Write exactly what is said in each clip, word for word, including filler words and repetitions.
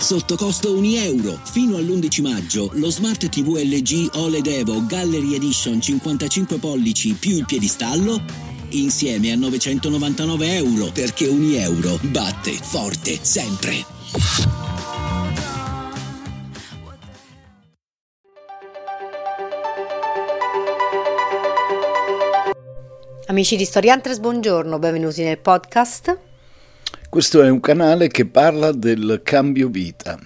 sotto costo un euro. Fino all'undici maggio lo Smart ti vu L G O L E D Evo Gallery Edition cinquantacinque pollici più il piedistallo insieme a novecentonovantanove euro, perché un euro batte forte sempre. Amici di Storiantres, buongiorno, benvenuti nel podcast. Questo è un canale che parla del cambio vita.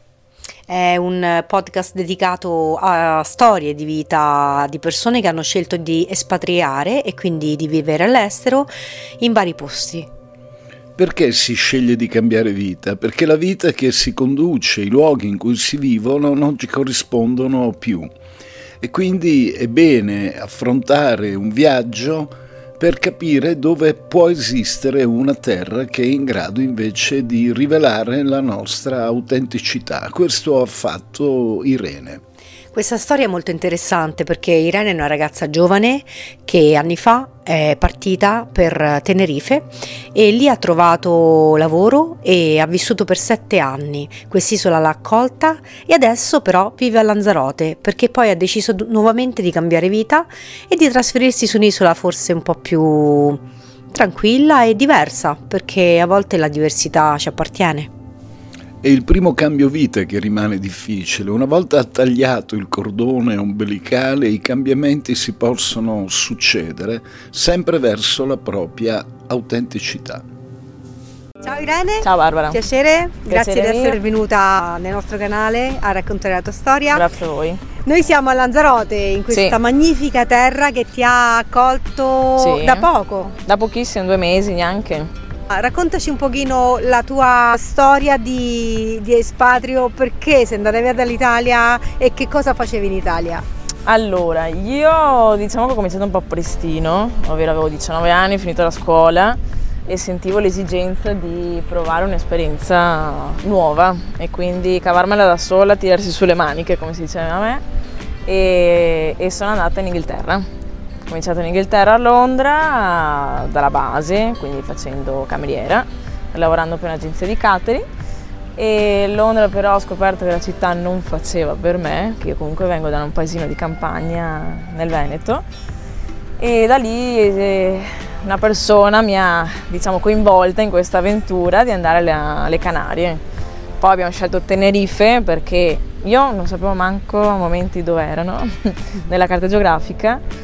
È un podcast dedicato a storie di vita di persone che hanno scelto di espatriare e quindi di vivere all'estero in vari posti. Perché si sceglie di cambiare vita? Perché la vita che si conduce, i luoghi in cui si vivono non ci corrispondono più. E quindi è bene affrontare un viaggio per capire dove può esistere una terra che è in grado invece di rivelare la nostra autenticità. Questo ha fatto Irene. Questa storia è molto interessante perché Irene è una ragazza giovane che anni fa è partita per Tenerife e lì ha trovato lavoro e ha vissuto per sette anni. Quest'isola l'ha accolta e adesso però vive a Lanzarote perché poi ha deciso nuovamente di cambiare vita e di trasferirsi su un'isola forse un po' più tranquilla e diversa, perché a volte la diversità ci appartiene. È il primo cambio vita che rimane difficile. Una volta tagliato il cordone ombelicale, i cambiamenti si possono succedere sempre verso la propria autenticità. Ciao Irene. Ciao Barbara. Piacere, grazie Piacere di essere mio. venuta nel nostro canale a raccontare la tua storia. Grazie a voi. Noi siamo a Lanzarote, in questa Sì. magnifica terra che ti ha accolto Sì. da poco. Da pochissimo, due mesi neanche. Raccontaci un pochino la tua storia di, di espatrio, perché sei andata via dall'Italia e che cosa facevi in Italia? Allora, io diciamo che ho cominciato un po' prestino, ovvero avevo diciannove anni, finito la scuola e sentivo l'esigenza di provare un'esperienza nuova e quindi cavarmela da sola, tirarsi sulle maniche, come si diceva a me, e, e sono andata in Inghilterra. Ho cominciato in Inghilterra, a Londra, dalla base, quindi facendo cameriera, lavorando per un'agenzia di catering. E Londra però ho scoperto che la città non faceva per me, che io comunque vengo da un paesino di campagna nel Veneto. E da lì eh, una persona mi ha, diciamo, coinvolta in questa avventura di andare alle, alle Canarie. Poi abbiamo scelto Tenerife perché io non sapevo manco a momenti dove erano nella carta geografica.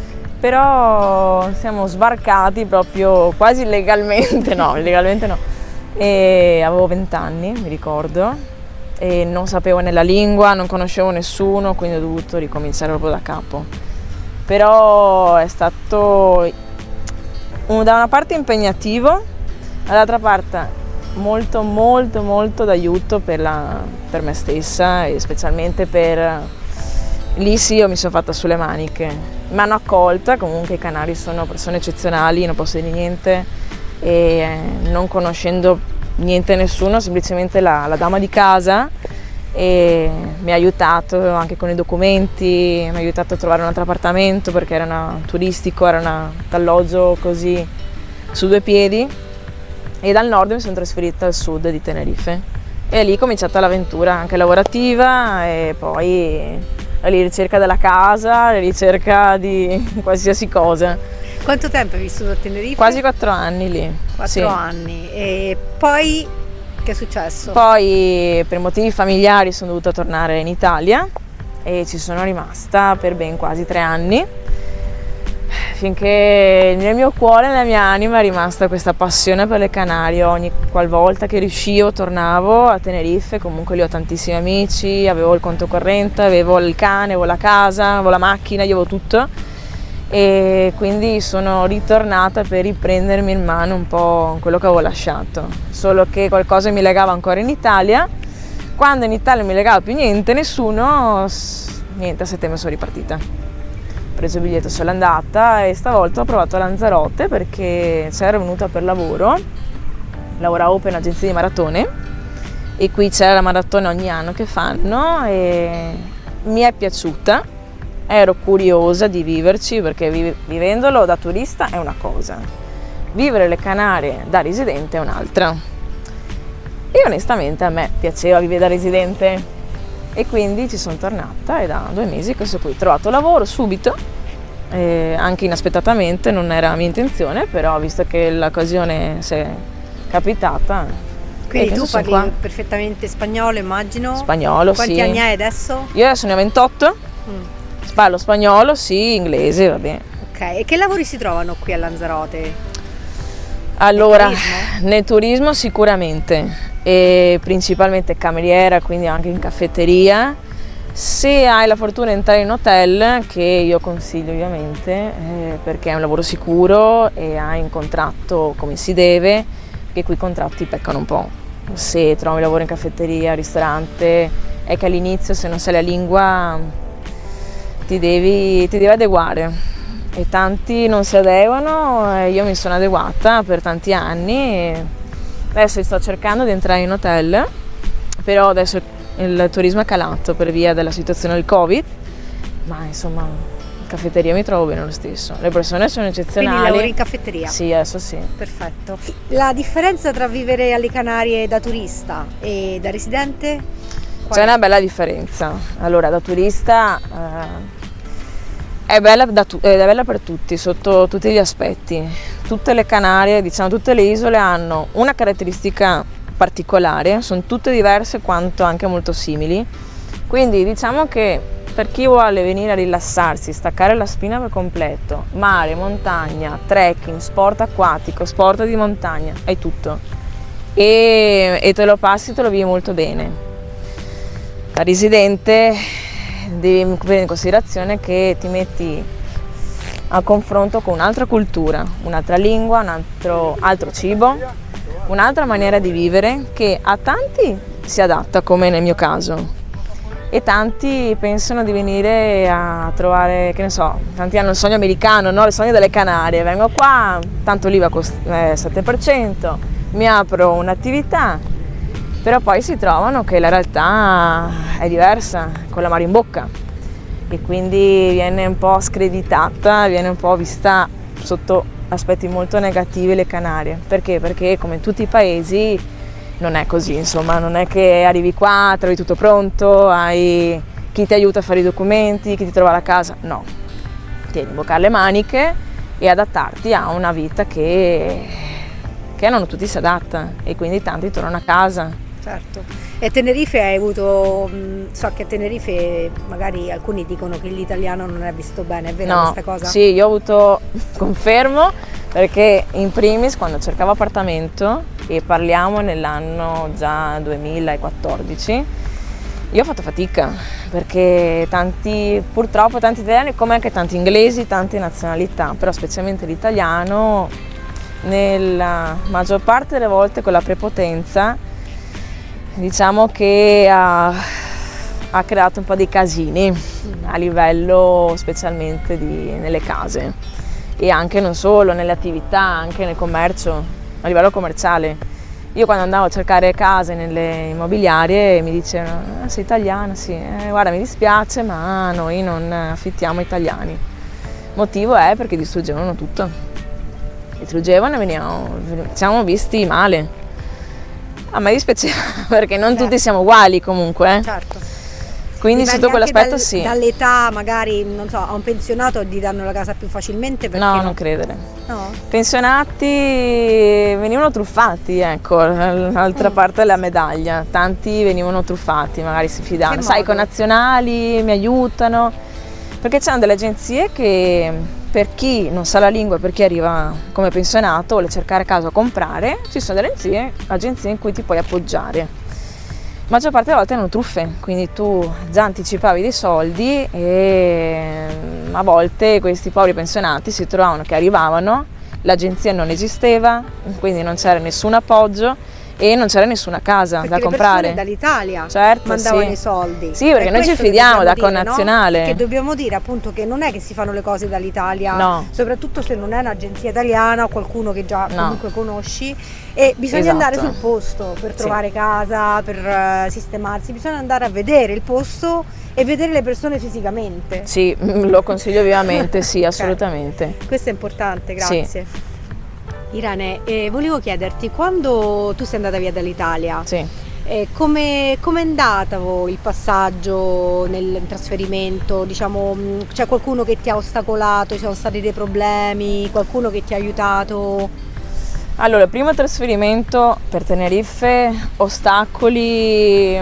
Però siamo sbarcati proprio quasi illegalmente, no, illegalmente no, e avevo vent'anni, mi ricordo, e non sapevo né la lingua, non conoscevo nessuno, quindi ho dovuto ricominciare proprio da capo. Però è stato un, da una parte impegnativo, dall'altra parte molto molto molto d'aiuto per, la, per me stessa e specialmente per... Lì sì, io mi sono fatta sulle maniche. Mi hanno accolta, comunque i canari sono persone eccezionali, non posso dire niente, e non conoscendo niente e nessuno, semplicemente la, la dama di casa e mi ha aiutato anche con i documenti, mi ha aiutato a trovare un altro appartamento perché era una, turistico, era un alloggio così su due piedi, e dal nord mi sono trasferita al sud di Tenerife e lì è cominciata l'avventura anche lavorativa e poi... la ricerca della casa, la ricerca di qualsiasi cosa. Quanto tempo hai vissuto a Tenerife? Quasi quattro anni lì. Quattro sì. anni. E poi che è successo? Poi per motivi familiari sono dovuta tornare in Italia e ci sono rimasta per ben quasi tre anni, finché nel mio cuore, nella mia anima è rimasta questa passione per le Canarie. Ogni qualvolta che riuscivo tornavo a Tenerife, comunque lì ho tantissimi amici, avevo il conto corrente, avevo il cane, avevo la casa, avevo la macchina, io avevo tutto, e quindi sono ritornata per riprendermi in mano un po' quello che avevo lasciato, solo che qualcosa mi legava ancora in Italia. Quando in Italia non mi legava più niente, nessuno, niente, a settembre sono ripartita. Ho preso il biglietto, sono andata e stavolta ho provato a Lanzarote perché c'era venuta per lavoro, lavoravo per un'agenzia di maratone e qui c'era la maratona ogni anno che fanno e mi è piaciuta, ero curiosa di viverci perché vivendolo da turista è una cosa, vivere le Canarie da residente è un'altra. e onestamente a me piaceva vivere da residente e quindi ci sono tornata e da due mesi questo qui ho trovato lavoro subito, eh, anche inaspettatamente, non era mia intenzione, però visto che l'occasione si è capitata. Quindi tu parli qua. perfettamente spagnolo, immagino? Spagnolo, Quanti sì. anni hai adesso? Io adesso ne ho ventotto, mm. parlo spagnolo, sì, inglese, va bene. Ok, e che lavori si trovano qui a Lanzarote? Allora, nel turismo, nel turismo sicuramente, e principalmente cameriera, quindi anche in caffetteria. Se hai la fortuna di entrare in hotel, che io consiglio ovviamente, eh, perché è un lavoro sicuro e hai un contratto come si deve, che qui i contratti peccano un po'. Se trovi lavoro in caffetteria, ristorante, è che all'inizio se non sai la lingua ti devi, ti devi adeguare e tanti non si adeguano e io mi sono adeguata per tanti anni e adesso sto cercando di entrare in hotel, però adesso il turismo è calato per via della situazione del Covid, ma insomma in caffetteria mi trovo bene lo stesso, le persone sono eccezionali. Quindi lavori in caffetteria? Sì, adesso sì. Perfetto. La differenza tra vivere alle Canarie da turista e da residente? C'è una bella differenza. Allora, da turista eh, è, bella da tu- è bella per tutti, sotto tutti gli aspetti. Tutte le Canarie, diciamo tutte le isole hanno una caratteristica particolare, sono tutte diverse quanto anche molto simili, quindi diciamo che per chi vuole venire a rilassarsi, staccare la spina per completo, mare, montagna, trekking, sport acquatico, sport di montagna, hai tutto e, e te lo passi, te lo vivi molto bene. Da residente devi prendere in considerazione che ti metti a confronto con un'altra cultura, un'altra lingua, un altro, altro cibo, un'altra maniera di vivere che a tanti si adatta, come nel mio caso, e tanti pensano di venire a trovare, che ne so, tanti hanno il sogno americano, no? Il sogno delle Canarie, vengo qua, tanto l'I V A costa eh, sette per cento, mi apro un'attività, però poi si trovano che la realtà è diversa, con la mare in bocca, e quindi viene un po' screditata, viene un po' vista sotto aspetti molto negativi le Canarie. Perché? Perché come in tutti i paesi non è così, insomma, non è che arrivi qua, trovi tutto pronto, hai chi ti aiuta a fare i documenti, chi ti trova la casa, no. Devi imboccare le maniche e adattarti a una vita che, che non tutti si adatta e quindi tanti tornano a casa. Certo. E a Tenerife hai avuto, so che a Tenerife magari alcuni dicono che l'italiano non è visto bene, è vera no, questa cosa? Sì, io ho avuto, confermo, perché in primis quando cercavo appartamento, e parliamo nell'anno già duemilaquattordici, io ho fatto fatica, perché tanti, purtroppo tanti italiani, come anche tanti inglesi, tante nazionalità, però specialmente l'italiano, nella maggior parte delle volte con la prepotenza, diciamo che ha, ha creato un po' di casini a livello specialmente di, nelle case e anche non solo, nelle attività, anche nel commercio, a livello commerciale. Io quando andavo a cercare case nelle immobiliarie mi dicevano ah, sei italiana? Sì, eh, guarda mi dispiace ma noi non affittiamo italiani. Il motivo è perché distruggevano tutto, distruggevano e venivamo, siamo visti male. A me dispiace perché non certo. tutti siamo uguali comunque. Certo. Quindi dipende sotto quell'aspetto dal, sì. Dall'età magari, non so, a un pensionato gli danno la casa più facilmente perché no, non, non credere. No? Pensionati venivano truffati, ecco, l'altra mm. parte della medaglia. Tanti venivano truffati, magari si fidavano. Sai, con nazionali mi aiutano. Perché c'erano delle agenzie che per chi non sa la lingua, per chi arriva come pensionato, vuole cercare casa o comprare, ci sono delle agenzie, agenzie in cui ti puoi appoggiare. La maggior parte delle volte erano truffe, quindi tu già anticipavi dei soldi e a volte questi poveri pensionati si trovavano che arrivavano, l'agenzia non esisteva, quindi non c'era nessun appoggio e non c'era nessuna casa perché da comprare. Dall'Italia certo, mandavano sì. i soldi. Sì, perché noi ci fidiamo da connazionale. No? Che dobbiamo dire appunto che non è che si fanno le cose dall'Italia, no. soprattutto se non è un'agenzia italiana o qualcuno che già no. comunque conosci, e bisogna esatto. andare sul posto per trovare sì. casa, per uh, sistemarsi, bisogna andare a vedere il posto e vedere le persone fisicamente. Sì, lo consiglio vivamente, sì, assolutamente. Okay. Questo è importante, grazie. Sì. Irene, eh, volevo chiederti, quando tu sei andata via dall'Italia, Sì. eh, come è andata il passaggio nel trasferimento? Diciamo, mh, c'è qualcuno che ti ha ostacolato, ci sono stati dei problemi, qualcuno che ti ha aiutato? Allora, il primo trasferimento per Tenerife, ostacoli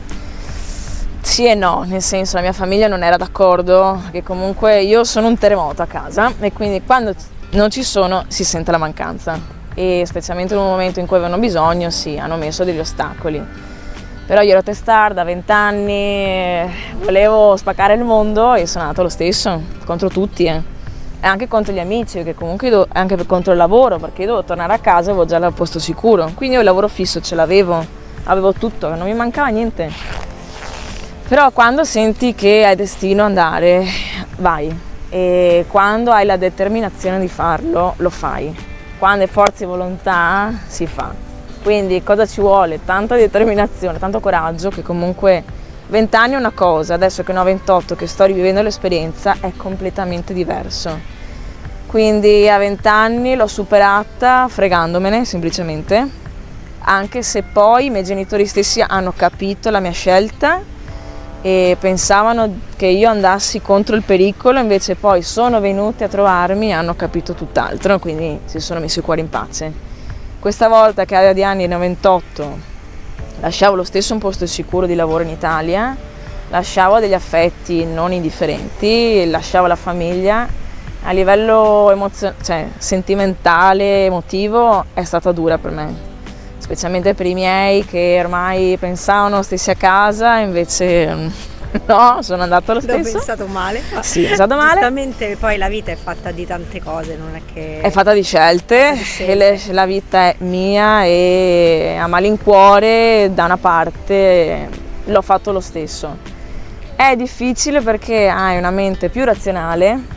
sì e no, nel senso la mia famiglia non era d'accordo, che comunque io sono un terremoto a casa e quindi quando non ci sono si sente la mancanza e specialmente in un momento in cui avevano bisogno sì, hanno messo degli ostacoli. Però io ero testarda, venti anni, volevo spaccare il mondo e sono andata lo stesso, contro tutti, eh. E anche contro gli amici, perché comunque do, anche contro il lavoro, perché io dovevo tornare a casa e avevo già il posto sicuro. Quindi io il lavoro fisso ce l'avevo, avevo tutto, non mi mancava niente. Però quando senti che hai destino andare, vai. E quando hai la determinazione di farlo, lo fai. Quando hai forza e volontà, si fa. Quindi cosa ci vuole? Tanta determinazione, tanto coraggio, che comunque venti anni è una cosa, adesso che ne ho ventotto, che sto rivivendo l'esperienza, è completamente diverso. Quindi a venti anni l'ho superata fregandomene semplicemente, anche se poi i miei genitori stessi hanno capito la mia scelta e pensavano che io andassi contro il pericolo, invece poi sono venuti a trovarmi e hanno capito tutt'altro, quindi si sono messi il cuore in pace. Questa volta che avevo di anni, ne ho ventotto, lasciavo lo stesso un posto sicuro di lavoro in Italia, lasciavo degli affetti non indifferenti, lasciavo la famiglia. A livello emozio- cioè, sentimentale, emotivo, è stata dura per me, specialmente per i miei che ormai pensavano stessi a casa, invece no, sono andata lo stesso. Ho pensato male. Sì, è stato male. Giustamente poi la vita è fatta di tante cose, non è che... È fatta di scelte, di scelte. E le, la vita è mia e a malincuore da una parte l'ho fatto lo stesso. È difficile perché hai una mente più razionale,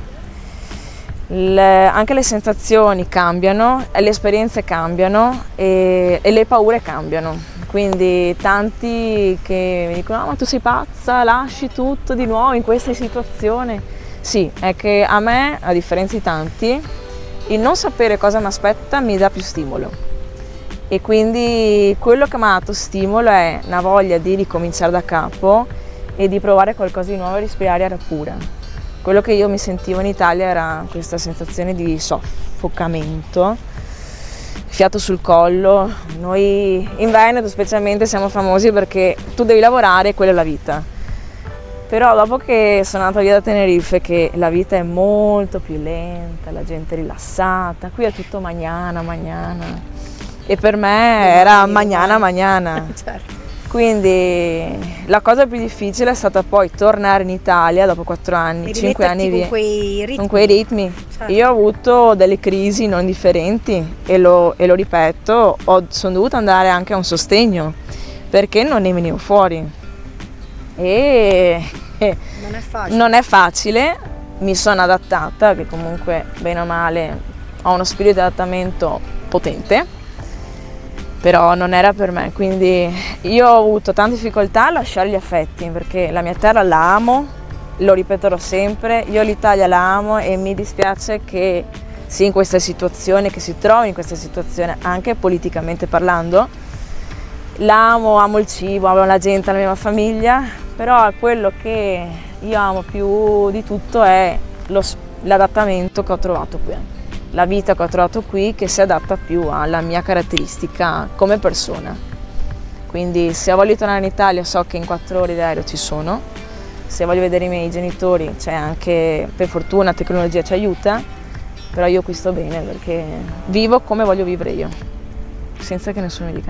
le, anche le sensazioni cambiano, le esperienze cambiano e, e le paure cambiano. Quindi tanti che mi dicono ah, ma tu sei pazza, lasci tutto di nuovo in questa situazione. Sì, è che a me, a differenza di tanti, il non sapere cosa mi aspetta mi dà più stimolo. E quindi quello che mi ha dato stimolo è una voglia di ricominciare da capo e di provare qualcosa di nuovo e respirare aria pura. Quello che io mi sentivo in Italia era questa sensazione di soffocamento, fiato sul collo. Noi in Veneto specialmente siamo famosi perché tu devi lavorare e quella è la vita. Però dopo che sono andata via da Tenerife, che la vita è molto più lenta, la gente è rilassata, qui è tutto mañana, mañana. E per me era mañana, mañana. Certo. Quindi la cosa più difficile è stata poi tornare in Italia dopo quattro anni, cinque anni via. Con quei ritmi. Con quei ritmi. Certo. Io ho avuto delle crisi non indifferenti e lo, e lo ripeto, ho, sono dovuta andare anche a un sostegno perché non ne venivo fuori. E non è facile. Non è facile, mi sono adattata, che comunque bene o male ho uno spirito di adattamento potente. Però non era per me, quindi io ho avuto tante difficoltà a lasciare gli affetti perché la mia terra la amo, lo ripeterò sempre, io l'Italia la amo e mi dispiace che sia in questa situazione, che si trovi in questa situazione anche politicamente parlando. L'amo, amo il cibo, amo la gente, la mia famiglia, però quello che io amo più di tutto è lo, l'adattamento che ho trovato qui. La vita che ho trovato qui che si adatta più alla mia caratteristica come persona. Quindi se voglio tornare in Italia so che in quattro ore di aereo ci sono, se voglio vedere i miei genitori c'è anche, per fortuna, la tecnologia ci aiuta, però io qui sto bene perché vivo come voglio vivere io, senza che nessuno mi dica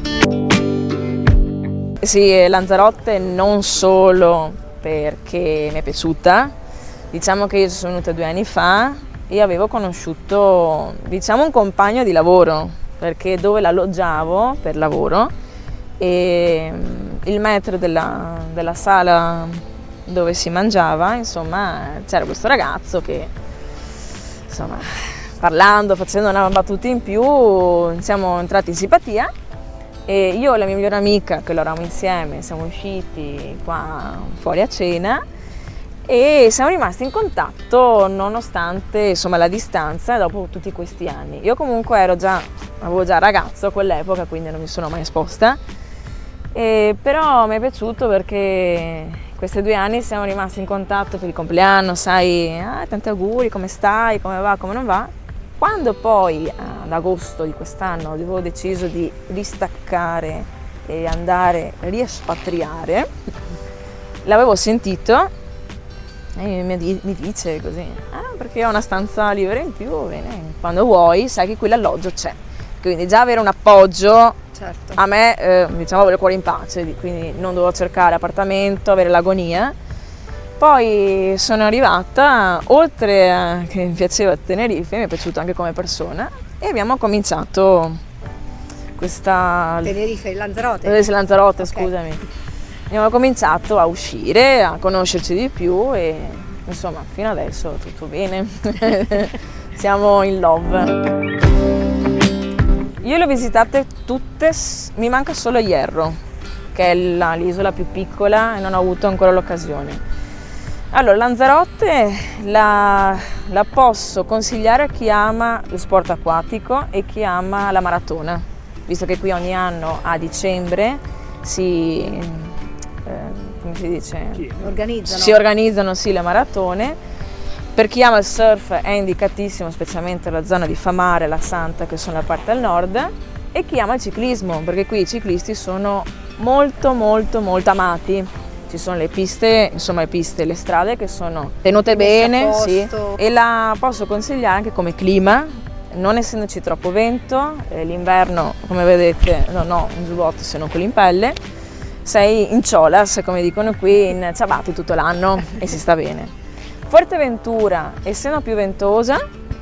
niente. Sì, Lanzarote non solo perché mi è piaciuta, diciamo che io sono venuta due anni fa e avevo conosciuto, diciamo, un compagno di lavoro, perché dove l'alloggiavo per lavoro e il metro della, della sala dove si mangiava, insomma, c'era questo ragazzo che, insomma, parlando, facendo una battuta in più, siamo entrati in simpatia e io e la mia migliore amica, che lo eravamo insieme, siamo usciti qua fuori a cena e siamo rimasti in contatto nonostante insomma la distanza dopo tutti questi anni. Io comunque ero già, avevo già ragazzo a quell'epoca, quindi non mi sono mai esposta, e però mi è piaciuto perché questi due anni siamo rimasti in contatto per il compleanno, sai, ah, tanti auguri, come stai, come va, come non va. Quando poi ad agosto di quest'anno avevo deciso di ristaccare e andare a riespatriare, l'avevo sentito e mi, mi dice così, ah, perché ho una stanza libera in più, bene, quando vuoi sai che qui l'alloggio c'è, quindi già avere un appoggio, certo. A me eh, diciamo avevo il cuore in pace, quindi non dovevo cercare appartamento, avere l'agonia. Poi sono arrivata, oltre a che mi piaceva Tenerife, mi è piaciuto anche come persona, e abbiamo cominciato questa... Tenerife, Lanzarote? Eh, Lanzarote, okay. Scusami. Abbiamo cominciato a uscire, a conoscerci di più e insomma fino adesso tutto bene, siamo in love. Io le ho visitate tutte, mi manca solo Hierro, che è la, l'isola più piccola e non ho avuto ancora l'occasione. Allora, Lanzarote la, la posso consigliare a chi ama lo sport acquatico e chi ama la maratona, visto che qui ogni anno a dicembre si... come si dice? Sì. Organizzano. Si organizzano sì le maratone. Per chi ama il surf è indicatissimo, specialmente la zona di Famare e La Santa, che sono la parte al nord, e chi ama il ciclismo, perché qui i ciclisti sono molto molto molto amati. Ci sono le piste, insomma le piste, le strade che sono tenute bene, sì, e la posso consigliare anche come clima, non essendoci troppo vento, eh, l'inverno come vedete non ho un giubbotto se non quello in pelle, sei in ciolas, come dicono qui, in ciabatte tutto l'anno e si sta bene. Fuerteventura, essendo più ventosa,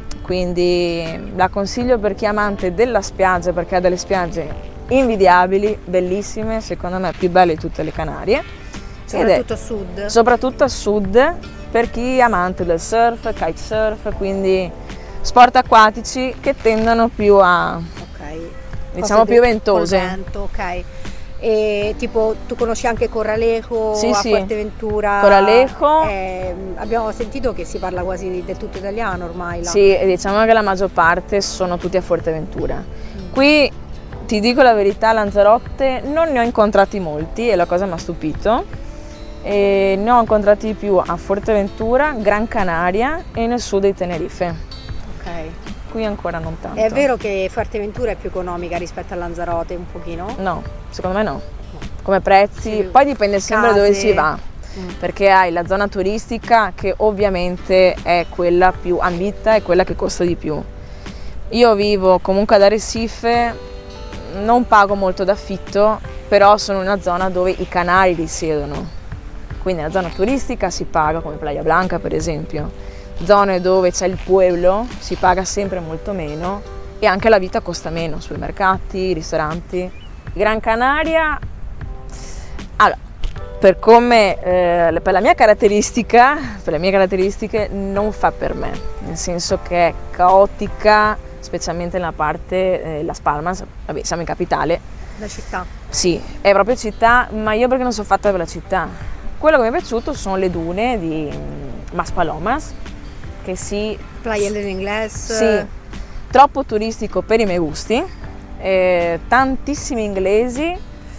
quindi la consiglio per chi è amante della spiaggia, perché ha delle spiagge invidiabili, bellissime, secondo me più belle di tutte le Canarie. Soprattutto a sud. Soprattutto a sud, per chi è amante del surf, kitesurf, quindi sport acquatici che tendono più a, okay. diciamo, cose più ventose. Vento, ok. E tipo tu conosci anche Corralejo, sì, a sì. Fuerteventura? Corralejo. Eh, abbiamo sentito che si parla quasi del tutto italiano ormai là. Sì, e diciamo che la maggior parte sono tutti a Fuerteventura. Mm. Qui ti dico la verità, a Lanzarote non ne ho incontrati molti e la cosa mi ha stupito. E ne ho incontrati di più a Fuerteventura, Gran Canaria e nel sud di Tenerife. Ok. Qui ancora non tanto. È vero che Fuerteventura è più economica rispetto a Lanzarote, un pochino? No, secondo me no. Come prezzi, sì, poi dipende sempre case. Dove si va, mm. perché hai la zona turistica che ovviamente è quella più ambita e quella che costa di più. Io vivo comunque ad Arrecife, non pago molto d'affitto, però sono in una zona dove i canari risiedono, quindi nella zona turistica si paga, come Playa Blanca per esempio. Zone dove c'è il pueblo si paga sempre molto meno e anche la vita costa meno, supermercati, ristoranti. Gran Canaria, allora, per come, eh, per la mia caratteristica, per le mie caratteristiche non fa per me, nel senso che è caotica, specialmente nella parte, eh, Las Palmas, vabbè siamo in capitale. La città. Sì, è proprio città, ma io perché non sono fatta per la città. Quello che mi è piaciuto sono le dune di Maspalomas, che si... Playa del Inglés. Sì, troppo turistico per i miei gusti, eh, tantissimi inglesi,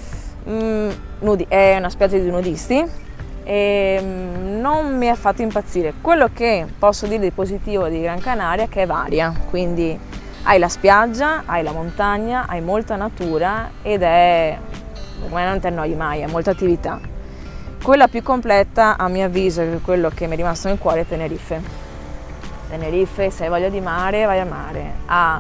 mh, nudi, è una spiaggia di nudisti, e mh, non mi ha fatto impazzire. Quello che posso dire di positivo di Gran Canaria è che è varia, quindi hai la spiaggia, hai la montagna, hai molta natura ed è, come non ti annoi mai, è molta attività. Quella più completa, a mio avviso, è quello che mi è rimasto nel cuore, è Tenerife. Tenerife, se hai voglia di mare, vai a mare. A,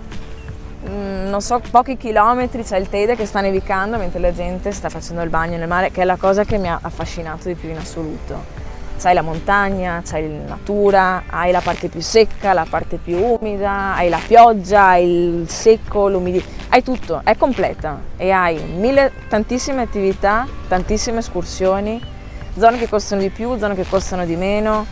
mm, non so, pochi chilometri c'è il Teide che sta nevicando mentre la gente sta facendo il bagno nel mare, che è la cosa che mi ha affascinato di più in assoluto. C'hai la montagna, c'hai la natura, hai la parte più secca, la parte più umida, hai la pioggia, hai il secco, l'umidità, hai tutto, è completa e hai mille, tantissime attività, tantissime escursioni, zone che costano di più, zone che costano di meno.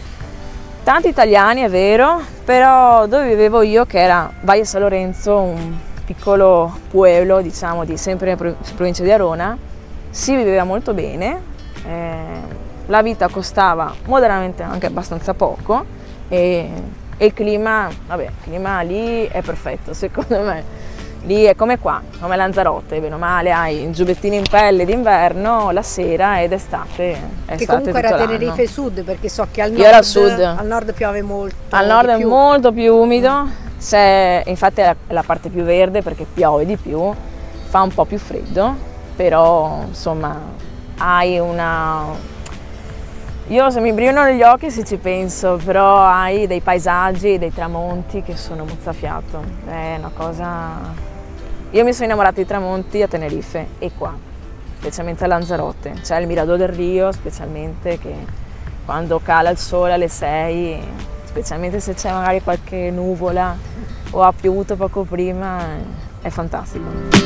Tanti italiani, è vero, però dove vivevo io, che era Valle San Lorenzo, un piccolo pueblo, diciamo, di sempre in provincia di Arona, si viveva molto bene, eh, la vita costava moderatamente anche abbastanza poco e, e il clima, vabbè, il clima lì è perfetto secondo me. Lì è come qua, come Lanzarote, bene o male hai i giubbettini in pelle d'inverno la sera ed estate. È che comunque era Tenerife Sud, perché so che al nord, al sud. al nord piove molto. Al nord è molto più umido, c'è, infatti è la, la parte più verde perché piove di più, fa un po' più freddo, però insomma hai una... Io se mi brillano gli occhi se ci penso, però hai dei paesaggi, dei tramonti che sono mozzafiato, è una cosa... Io mi sono innamorata di tramonti a Tenerife e qua, specialmente a Lanzarote. C'è il Mirador del Rio, specialmente, che quando cala il sole alle sei, specialmente se c'è magari qualche nuvola o ha piovuto poco prima, è fantastico.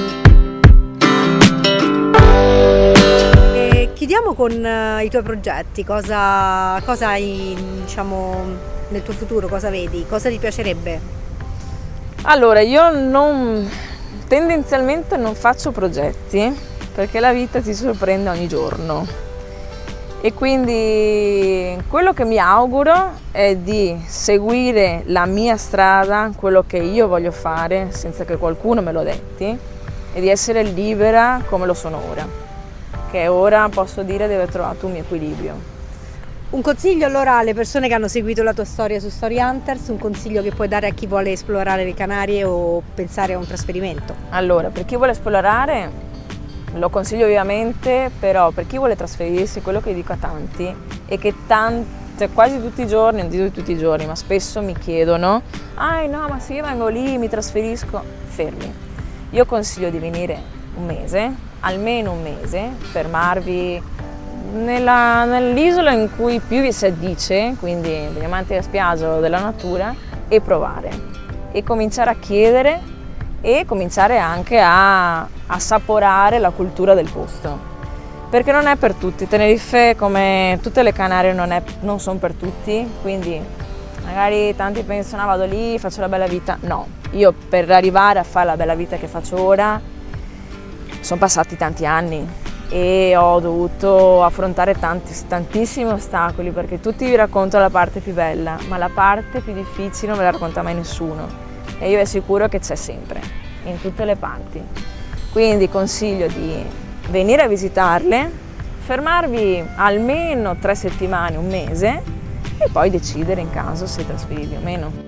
E chiudiamo con uh, i tuoi progetti, cosa, cosa hai, diciamo, nel tuo futuro, cosa vedi, cosa ti piacerebbe? Allora, io non... tendenzialmente non faccio progetti perché la vita ti sorprende ogni giorno e quindi quello che mi auguro è di seguire la mia strada, quello che io voglio fare senza che qualcuno me lo detti e di essere libera come lo sono ora, che ora posso dire di aver trovato un mio equilibrio. Un consiglio allora alle persone che hanno seguito la tua storia su Story Hunters, un consiglio che puoi dare a chi vuole esplorare le Canarie o pensare a un trasferimento? Allora, per chi vuole esplorare lo consiglio vivamente, però per chi vuole trasferirsi, quello che dico a tanti è che tanti, cioè quasi tutti i giorni, non dico tutti i giorni, ma spesso mi chiedono ah no, ma se io vengo lì mi trasferisco, fermi. Io consiglio di venire un mese, almeno un mese, fermarvi Nella, nell'isola in cui più vi si addice, quindi degli amanti della spiaggia o della natura, e provare e cominciare a chiedere e cominciare anche a assaporare la cultura del posto, perché non è per tutti. Tenerife, come tutte le Canarie, non, è, non sono per tutti, quindi magari tanti pensano ah, vado lì, faccio la bella vita. No, io per arrivare a fare la bella vita che faccio ora sono passati tanti anni e ho dovuto affrontare tanti, tantissimi ostacoli, perché tutti vi raccontano la parte più bella, ma la parte più difficile non ve la racconta mai nessuno e io vi assicuro che c'è sempre, in tutte le parti. Quindi consiglio di venire a visitarle, fermarvi almeno tre settimane, un mese e poi decidere in caso se trasferirvi o meno.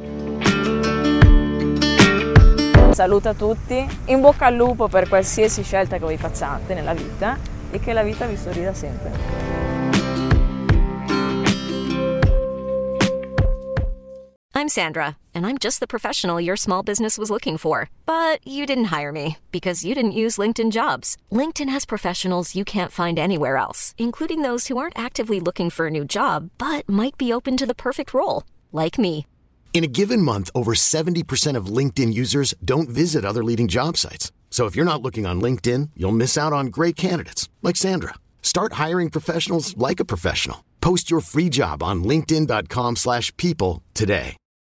Saluto a tutti, in bocca al lupo per qualsiasi scelta che voi facciate nella vita e che la vita vi sorrida sempre. I'm Sandra, and I'm just the professional your small business was looking for. But you didn't hire me because you didn't use LinkedIn Jobs. LinkedIn has professionals you can't find anywhere else, including those who aren't actively looking for a new job, but might be open to the perfect role, like me. In a given month, over seventy percent of LinkedIn users don't visit other leading job sites. So if you're not looking on LinkedIn, you'll miss out on great candidates like Sandra. Start hiring professionals like a professional. Post your free job on linkedin dot com slash people today.